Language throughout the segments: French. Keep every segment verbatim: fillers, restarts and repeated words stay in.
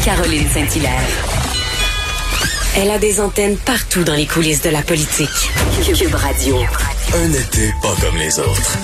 Caroline Saint-Hilaire. Elle a des antennes partout dans les coulisses de la politique. Cube Radio. Un été pas comme les autres.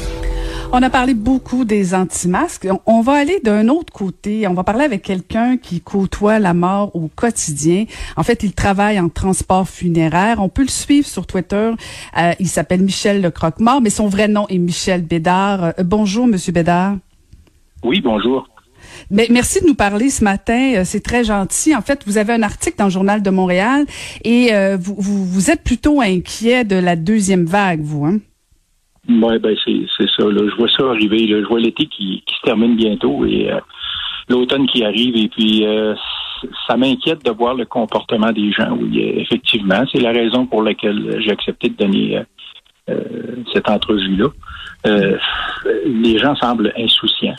On a parlé beaucoup des anti-masques. On, on va aller d'un autre côté. On va parler avec quelqu'un qui côtoie la mort au quotidien. En fait, il travaille en transport funéraire. On peut le suivre sur Twitter. Euh, il s'appelle Michel Le Croque-Mort, mais son vrai nom est Michel Bédard. Euh, bonjour, Monsieur Bédard. Oui, bonjour. Mais merci de nous parler ce matin. C'est très gentil. En fait, vous avez un article dans le Journal de Montréal et euh, vous, vous, vous êtes plutôt inquiet de la deuxième vague, vous, hein? Oui, ben c'est, c'est ça. Là. Je vois ça arriver. Là. Je vois l'été qui, qui se termine bientôt et euh, l'automne qui arrive. Et puis, euh, ça m'inquiète de voir le comportement des gens. Oui, effectivement, c'est la raison pour laquelle j'ai accepté de donner euh, cette entrevue-là. Euh, les gens semblent insouciants.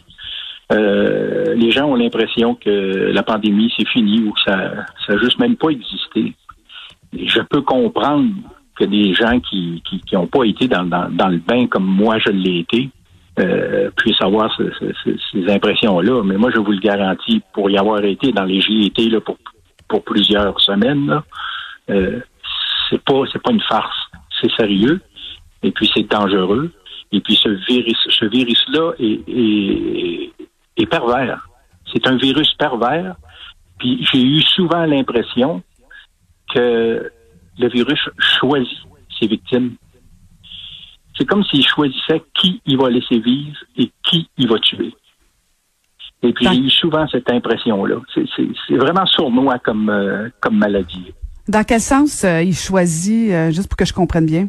Euh, les gens ont l'impression que la pandémie, c'est fini ou que ça ça n'a juste même pas existé. Et je peux comprendre que des gens qui qui qui ont pas été dans, dans dans le bain comme moi je l'ai été euh, puissent avoir ce, ce, ce, ces impressions-là. Mais moi, je vous le garantis, pour y avoir été dans les J T là pour pour plusieurs semaines, là, euh, c'est pas c'est pas une farce, c'est sérieux. Et puis c'est dangereux. Et puis ce virus ce virus-là est, est est pervers. C'est un virus pervers. Puis j'ai eu souvent l'impression que le virus choisit ses victimes. C'est comme s'il choisissait qui il va laisser vivre et qui il va tuer. Et puis, dans... j'ai eu souvent cette impression-là. C'est, c'est, c'est vraiment sournois comme, euh, comme maladie. Dans quel sens euh, il choisit, euh, juste pour que je comprenne bien?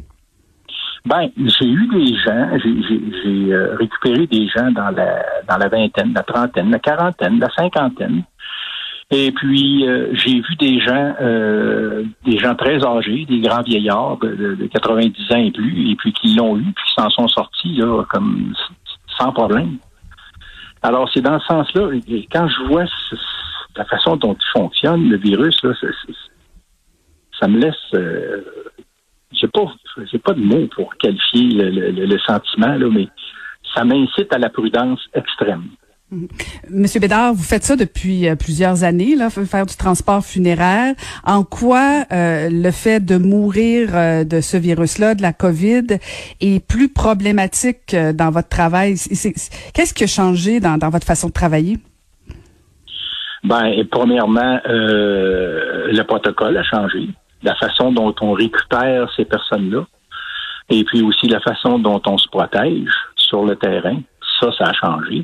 Ben, j'ai eu des gens, j'ai, j'ai, j'ai euh, récupéré des gens dans la, dans la vingtaine, la trentaine, la quarantaine, la cinquantaine. Et puis, euh, j'ai vu des gens, euh, des gens très âgés, des grands vieillards de, de, de quatre-vingt-dix ans et plus, et puis qui l'ont eu, puis qui s'en sont sortis, là, comme sans problème. Alors, c'est dans ce sens-là, et quand je vois ce, la façon dont il fonctionne, le virus, là, c'est, c'est, ça me laisse... Euh, j'ai pas j'ai pas de mots pour qualifier le, le, le sentiment, là, mais ça m'incite à la prudence extrême. Monsieur Bédard, vous faites ça depuis euh, plusieurs années, là, faire du transport funéraire. En quoi euh, le fait de mourir euh, de ce virus-là, de la COVID, est plus problématique euh, dans votre travail? C'est, c'est, qu'est-ce qui a changé dans, dans votre façon de travailler? Ben, premièrement, euh, le protocole a changé. La façon dont on récupère ces personnes-là. Et puis aussi la façon dont on se protège sur le terrain. Ça, ça a changé.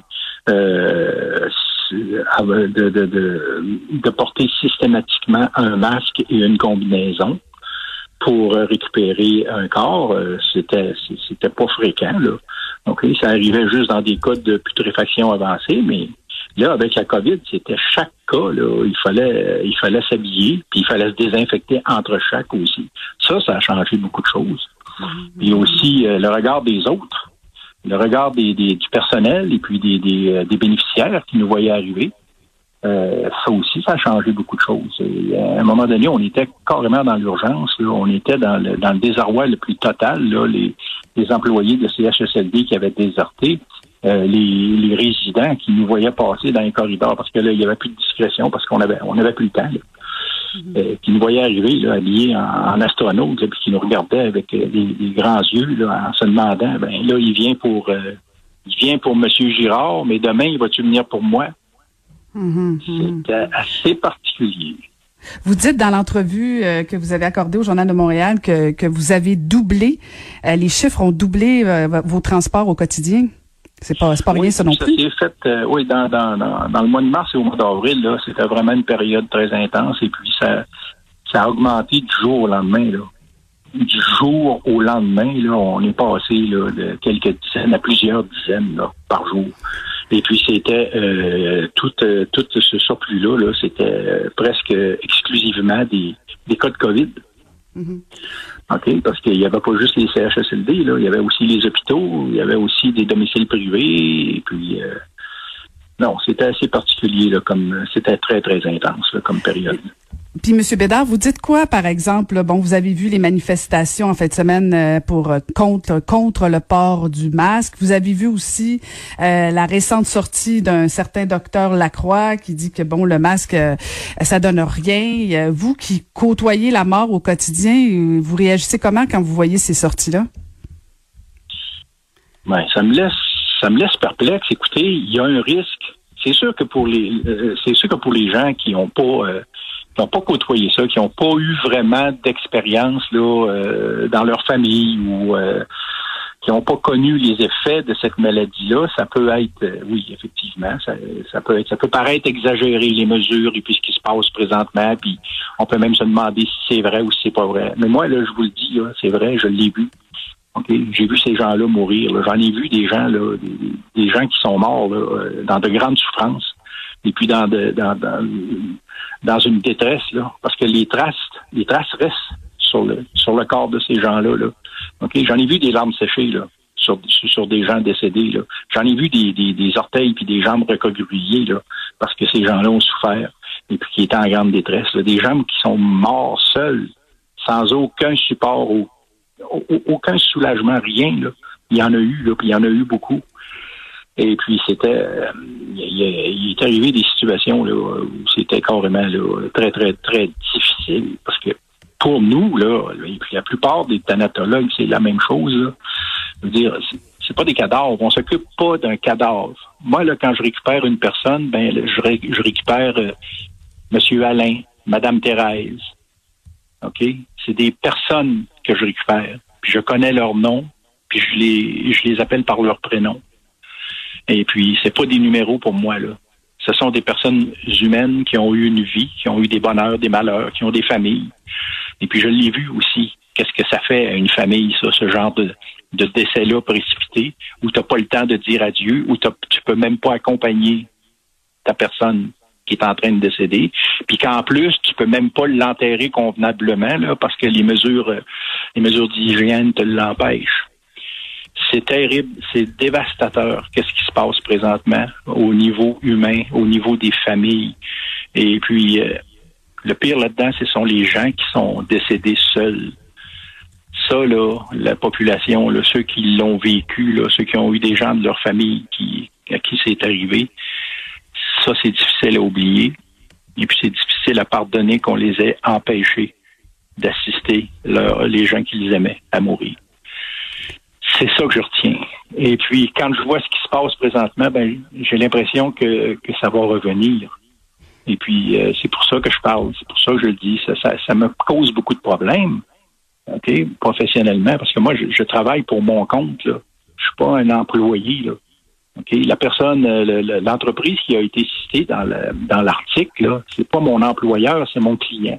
Euh, de, de, de, de porter systématiquement un masque et une combinaison pour récupérer un corps, c'était c'était pas fréquent, là. Donc, ça arrivait juste dans des cas de putréfaction avancée, mais là, avec la COVID, c'était chaque cas, là, il fallait il fallait s'habiller, puis il fallait se désinfecter entre chaque aussi. Ça, ça a changé beaucoup de choses. Puis aussi, euh, le regard des autres, le regard des, des, du personnel et puis des, des, des bénéficiaires qui nous voyaient arriver. Euh, ça aussi, ça a changé beaucoup de choses. Et à un moment donné, on était carrément dans l'urgence, là. On était dans le, dans le désarroi le plus total, là. Les, les employés de C H S L D qui avaient déserté, euh, les, les résidents qui nous voyaient passer dans les corridors, parce que là, il n'y avait plus de discrétion, parce qu'on avait on avait plus le temps, là. Mm-hmm. Euh, qui nous voyaient arriver, là, habillés en, en astronaute, là, puis qui nous regardaient avec euh, des, des grands yeux, là, en se demandant, ben là, il vient pour euh, il vient pour M. Girard, mais demain, il va-tu venir pour moi? Mm-hmm. C'était assez particulier. Vous dites dans l'entrevue euh, que vous avez accordée au Journal de Montréal que, que vous avez doublé, euh, les chiffres ont doublé euh, vos transports au quotidien. C'est pas, c'est pas oui, rien ça non ça plus. s'est fait, euh, oui, dans, dans, dans, dans le mois de mars et au mois d'avril, là, c'était vraiment une période très intense et puis ça, ça a augmenté du jour au lendemain, là. Du jour au lendemain, là, on est passé là, de quelques dizaines à plusieurs dizaines là, par jour. Et puis c'était euh, tout, euh, tout ce surplus-là, là, c'était euh, presque exclusivement des, des cas de COVID. Mm-hmm. OK, parce qu'il n'y avait pas juste les C H S L D, là, il y avait aussi les hôpitaux, il y avait aussi des domiciles privés, et puis euh, non, c'était assez particulier, là, comme c'était très, très intense là, comme période. Puis, Monsieur Bédard, vous dites quoi, par exemple? Bon, vous avez vu les manifestations en fin de semaine pour contre contre le port du masque. Vous avez vu aussi euh, la récente sortie d'un certain docteur Lacroix qui dit que bon, le masque, euh, ça donne rien. Vous qui côtoyez la mort au quotidien, vous réagissez comment quand vous voyez ces sorties-là? Ben, ça me laisse, ça me laisse perplexe. Écoutez, il y a un risque. C'est sûr que pour les, euh, c'est sûr que pour les gens qui n'ont pas, euh, qui n'ont pas côtoyé ça, qui n'ont pas eu vraiment d'expérience là euh, dans leur famille ou euh, qui n'ont pas connu les effets de cette maladie-là, ça peut être, euh, oui, effectivement, ça, ça peut être, ça peut paraître exagéré les mesures et puis ce qui se passe présentement, puis on peut même se demander si c'est vrai ou si c'est pas vrai. Mais moi, là, je vous le dis, là, c'est vrai, je l'ai vu. Okay? J'ai vu ces gens-là mourir. Là. J'en ai vu des gens, là, des, des gens qui sont morts là, dans de grandes souffrances, et puis dans, de, dans, dans, dans une détresse, là, parce que les traces, les traces restent sur le sur le corps de ces gens-là. Là. Okay? J'en ai vu des larmes séchées là, sur, sur des gens décédés. Là. J'en ai vu des, des, des orteils puis des jambes recroquevillées là, parce que ces gens-là ont souffert et puis qui étaient en grande détresse. Là. Des gens qui sont morts seuls, sans aucun support, au, aucun soulagement, rien. Là. Il y en a eu, là, puis il y en a eu beaucoup. Et puis c'était, euh, il, il est arrivé des situations là où c'était carrément là, très très très difficile parce que pour nous là, et puis la plupart des thanatologues c'est la même chose. Là. Je veux dire, c'est, c'est pas des cadavres, on s'occupe pas d'un cadavre. Moi là, quand je récupère une personne, ben je, ré, je récupère euh, Monsieur Alain, Madame Thérèse. Ok, c'est des personnes que je récupère. Puis je connais leur nom, puis je les je les appelle par leur prénom. Et puis, c'est pas des numéros pour moi, là. Ce sont des personnes humaines qui ont eu une vie, qui ont eu des bonheurs, des malheurs, qui ont des familles. Et puis, je l'ai vu aussi. Qu'est-ce que ça fait à une famille, ça, ce genre de, de décès-là précipité, où t'as pas le temps de dire adieu, où t'as, tu peux même pas accompagner ta personne qui est en train de décéder, puis qu'en plus, tu peux même pas l'enterrer convenablement, là, parce que les mesures, les mesures d'hygiène te l'empêchent. C'est terrible, c'est dévastateur. Qu'est-ce qui se passe présentement au niveau humain, au niveau des familles. Et puis, euh, le pire là-dedans, ce sont les gens qui sont décédés seuls. Ça, là, la population, là, ceux qui l'ont vécu, là, ceux qui ont eu des gens de leur famille qui, à qui c'est arrivé, ça, c'est difficile à oublier. Et puis, c'est difficile à pardonner qu'on les ait empêchés d'assister leur, les gens qu'ils aimaient à mourir. C'est ça que je retiens. Et puis, quand je vois ce qui se passe présentement, ben, j'ai l'impression que, que ça va revenir. Et puis, euh, c'est pour ça que je parle. C'est pour ça que je le dis. Ça, ça, ça me cause beaucoup de problèmes, ok, professionnellement, parce que moi, je, je travaille pour mon compte, là. Je suis pas un employé, là. Ok, la personne, le, le, l'entreprise qui a été citée dans, le, dans l'article, là, c'est pas mon employeur, c'est mon client.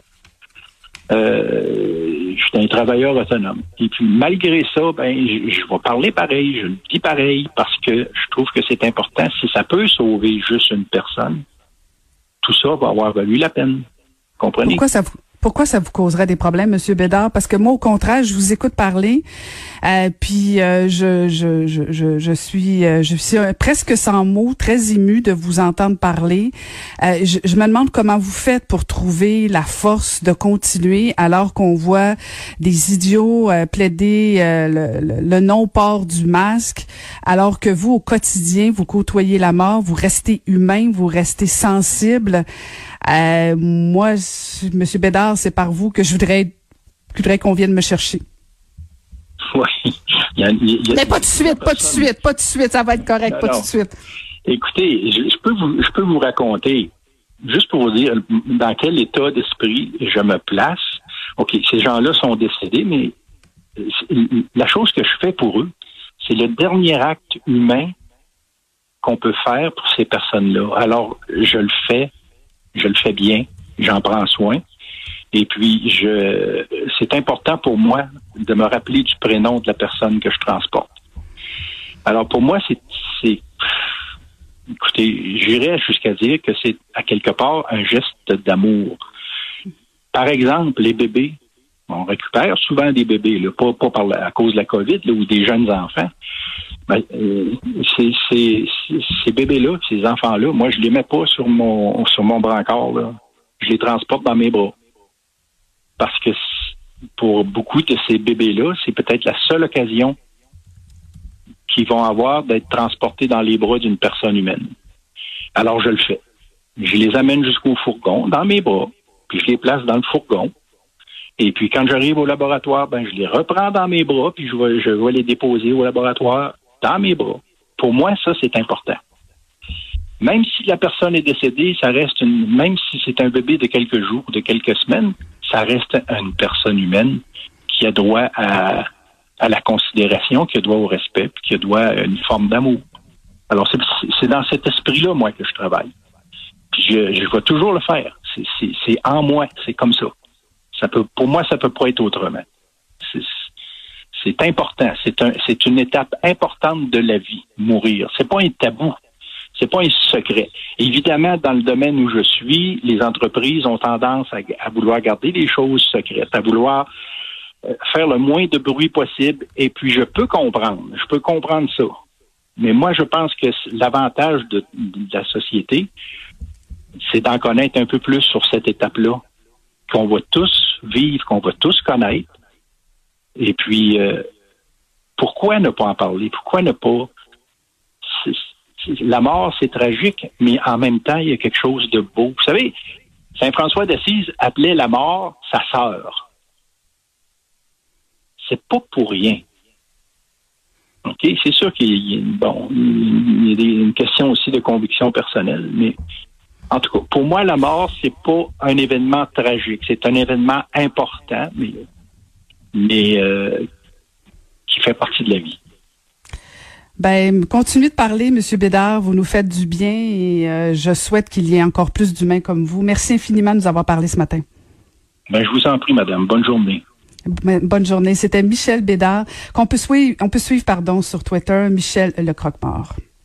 Euh, je suis un travailleur autonome. Et puis, malgré ça, ben, je, je vais parler pareil, je le dis pareil, parce que je trouve que c'est important. Si ça peut sauver juste une personne, tout ça va avoir valu la peine. Comprenez? Pourquoi ça vous, pourquoi ça vous causerait des problèmes, Monsieur Bédard? Parce que moi, au contraire, je vous écoute parler, euh, puis euh, je, je, je, je, je suis, euh, je suis euh, presque sans mots, très émue de vous entendre parler. Euh, je, je me demande comment vous faites pour trouver la force de continuer alors qu'on voit des idiots euh, plaider euh, le, le, le non-port du masque, alors que vous, au quotidien, vous côtoyez la mort, vous restez humain, vous restez sensible. Euh, moi, Monsieur Bédard, c'est par vous que je voudrais, je voudrais qu'on vienne me chercher. Oui. Il y a, il y a, Mais pas de suite, pas de suite, pas de suite, ça va être correct, non, pas non. de suite. Écoutez, je, je peux vous, je peux vous raconter, juste pour vous dire dans quel état d'esprit je me place. OK, ces gens-là sont décédés, mais la chose que je fais pour eux, c'est le dernier acte humain qu'on peut faire pour ces personnes-là. Alors, je le fais. Je le fais bien, j'en prends soin. Et puis, je, c'est important pour moi de me rappeler du prénom de la personne que je transporte. Alors, pour moi, c'est, c'est écoutez, j'irais jusqu'à dire que c'est, à quelque part, un geste d'amour. Par exemple, les bébés, on récupère souvent des bébés, là, pas, pas par la, à cause de la COVID, là, ou des jeunes enfants. Ben, euh, c'est, c'est, c'est, ces bébés-là, ces enfants-là, moi, je les mets pas sur mon sur mon brancard, là. Je les transporte dans mes bras. parce que pour beaucoup de ces bébés-là, c'est peut-être la seule occasion qu'ils vont avoir d'être transportés dans les bras d'une personne humaine. Alors, je le fais. Je les amène jusqu'au fourgon, dans mes bras, puis je les place dans le fourgon. Et puis, quand j'arrive au laboratoire, ben, je les reprends dans mes bras, puis je vais, je vais les déposer au laboratoire dans mes bras. Pour moi, ça, c'est important. Même si la personne est décédée, ça reste une, même si c'est un bébé de quelques jours, de quelques semaines, ça reste une personne humaine qui a droit à, à la considération, qui a droit au respect, puis qui a droit à une forme d'amour. Alors, c'est, c'est dans cet esprit-là, moi, que je travaille. Puis je, je vais toujours le faire. C'est, c'est, c'est en moi, c'est comme ça. Ça peut, pour moi, ça peut pas être autrement. C'est, c'est important. C'est un, c'est une étape importante de la vie, mourir. C'est pas un tabou. C'est pas un secret. Évidemment, dans le domaine où je suis, les entreprises ont tendance à, à vouloir garder les choses secrètes, à vouloir euh, faire le moins de bruit possible. Et puis, je peux comprendre. Je peux comprendre ça. Mais moi, je pense que l'avantage de, de la société, c'est d'en connaître un peu plus sur cette étape-là, qu'on va tous vivre, qu'on va tous connaître. Et puis, euh, pourquoi ne pas en parler? Pourquoi ne pas... C'est, c'est, la mort, c'est tragique, mais en même temps, il y a quelque chose de beau. Vous savez, saint François d'Assise appelait la mort sa sœur. C'est pas pour rien. OK? C'est sûr qu'il y a, bon, il y a des, une question aussi de conviction personnelle, mais en tout cas, pour moi, la mort, c'est pas un événement tragique. C'est un événement important, mais, mais euh, qui fait partie de la vie. Ben, continuez de parler, Monsieur Bédard. Vous nous faites du bien et euh, je souhaite qu'il y ait encore plus d'humains comme vous. Merci infiniment de nous avoir parlé ce matin. Ben, je vous en prie, madame. Bonne journée. Bonne journée. C'était Michel Bédard, qu'on peut suivre, on peut suivre, pardon, sur Twitter, Michel le Croque-Mort.